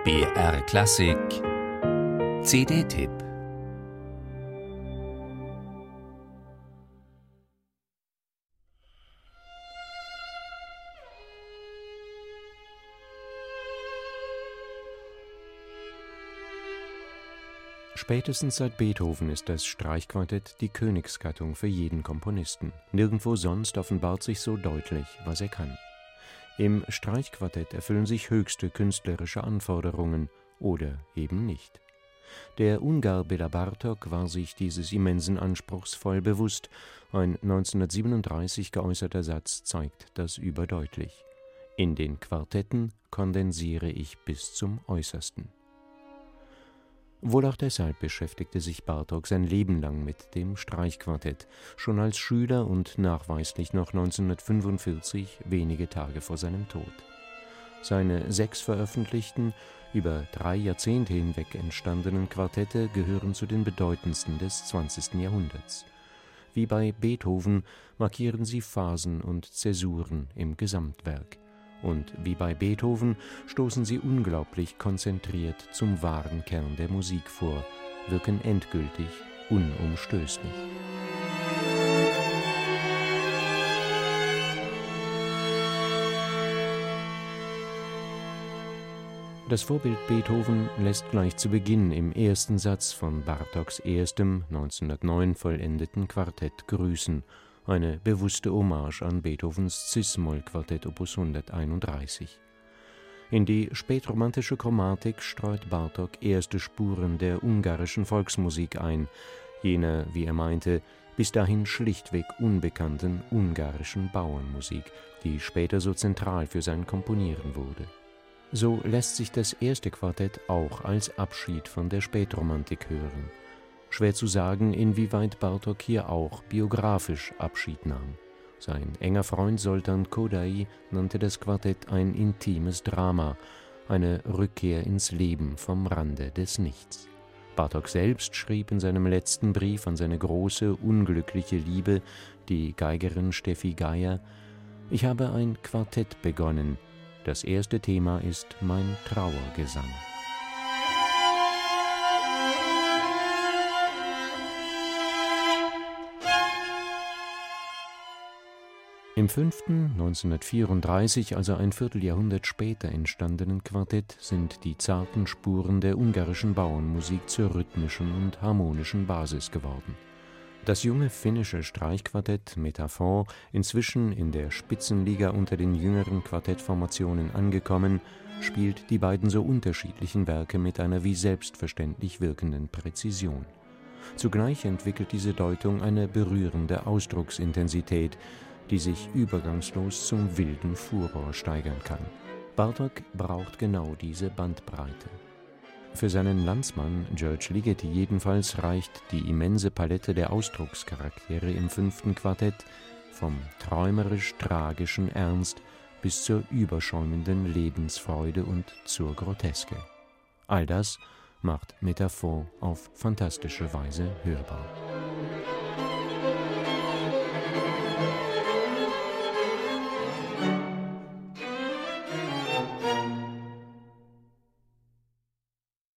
BR Klassik CD-Tipp. Spätestens seit Beethoven ist das Streichquartett die Königsgattung für jeden Komponisten. Nirgendwo sonst offenbart sich so deutlich, was er kann. Im Streichquartett erfüllen sich höchste künstlerische Anforderungen oder eben nicht. Der Ungar Béla Bartók war sich dieses immensen Anspruchs voll bewusst. Ein 1937 geäußerter Satz zeigt das überdeutlich: In den Quartetten kondensiere ich bis zum Äußersten. Wohl auch deshalb beschäftigte sich Bartók sein Leben lang mit dem Streichquartett, schon als Schüler und nachweislich noch 1945, wenige Tage vor seinem Tod. Seine 6 veröffentlichten, über 3 Jahrzehnte hinweg entstandenen Quartette gehören zu den bedeutendsten des 20. Jahrhunderts. Wie bei Beethoven markieren sie Phasen und Zäsuren im Gesamtwerk. Und wie bei Beethoven stoßen sie unglaublich konzentriert zum wahren Kern der Musik vor, wirken endgültig, unumstößlich. Das Vorbild Beethoven lässt gleich zu Beginn im ersten Satz von Bartóks erstem, 1909 vollendeten Quartett grüßen, eine bewusste Hommage an Beethovens Cis-Moll-Quartett Opus 131. In die spätromantische Chromatik streut Bartók erste Spuren der ungarischen Volksmusik ein, jener, wie er meinte, bis dahin schlichtweg unbekannten ungarischen Bauernmusik, die später so zentral für sein Komponieren wurde. So lässt sich das erste Quartett auch als Abschied von der Spätromantik hören. Schwer zu sagen, inwieweit Bartók hier auch biografisch Abschied nahm. Sein enger Freund Zoltán Kodály nannte das Quartett ein intimes Drama, eine Rückkehr ins Leben vom Rande des Nichts. Bartók selbst schrieb in seinem letzten Brief an seine große, unglückliche Liebe, die Geigerin Steffi Geier: Ich habe ein Quartett begonnen. Das erste Thema ist mein Trauergesang. Im 5., 1934, also ein Vierteljahrhundert später entstandenen Quartett, sind die zarten Spuren der ungarischen Bauernmusik zur rhythmischen und harmonischen Basis geworden. Das junge finnische Streichquartett Metaphor, inzwischen in der Spitzenliga unter den jüngeren Quartettformationen angekommen, spielt die beiden so unterschiedlichen Werke mit einer wie selbstverständlich wirkenden Präzision. Zugleich entwickelt diese Deutung eine berührende Ausdrucksintensität, die sich übergangslos zum wilden Furor steigern kann. Bartók braucht genau diese Bandbreite. Für seinen Landsmann György Ligeti jedenfalls reicht die immense Palette der Ausdruckscharaktere im 5. Quartett vom träumerisch-tragischen Ernst bis zur überschäumenden Lebensfreude und zur Groteske. All das macht Metaphor auf fantastische Weise hörbar.